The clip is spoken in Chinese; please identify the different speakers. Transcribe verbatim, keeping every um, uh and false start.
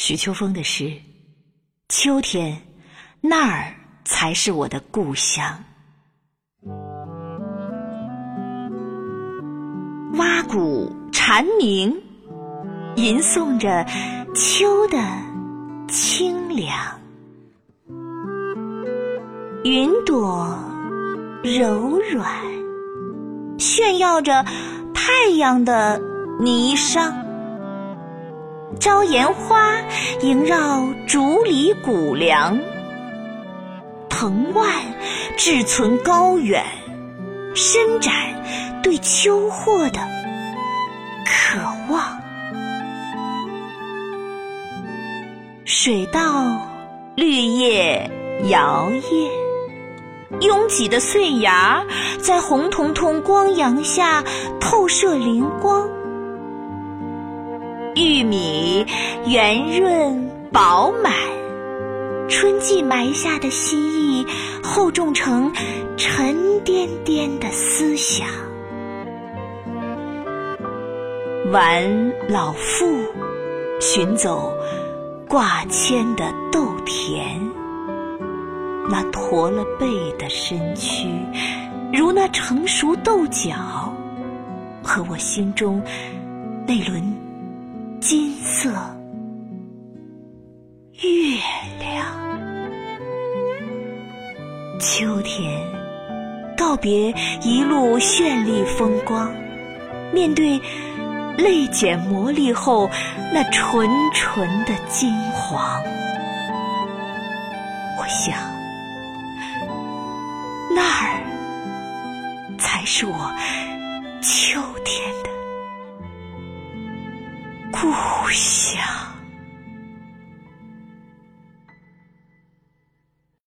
Speaker 1: 许秋风的诗，秋天那儿才是我的故乡。蛙鼓蝉鸣，吟诵着秋的清凉。云朵柔软，炫耀着太阳的霓裳。朝颜花萦绕竹里谷梁，藤蔓志存高远，伸展对秋货的渴望。水稻绿叶摇曳，拥挤的碎芽在红彤彤光阳下透射灵光。玉米圆润饱满，春季埋下的希冀厚重成沉甸甸的思想。晚老妇寻走挂牵的豆田，那驼了背的身躯，如那成熟豆角，和我心中那轮金色月亮。秋天告别一路绚丽风光，面对泪碱磨砺后那纯纯的金黄，我想那儿才是我秋天的故乡。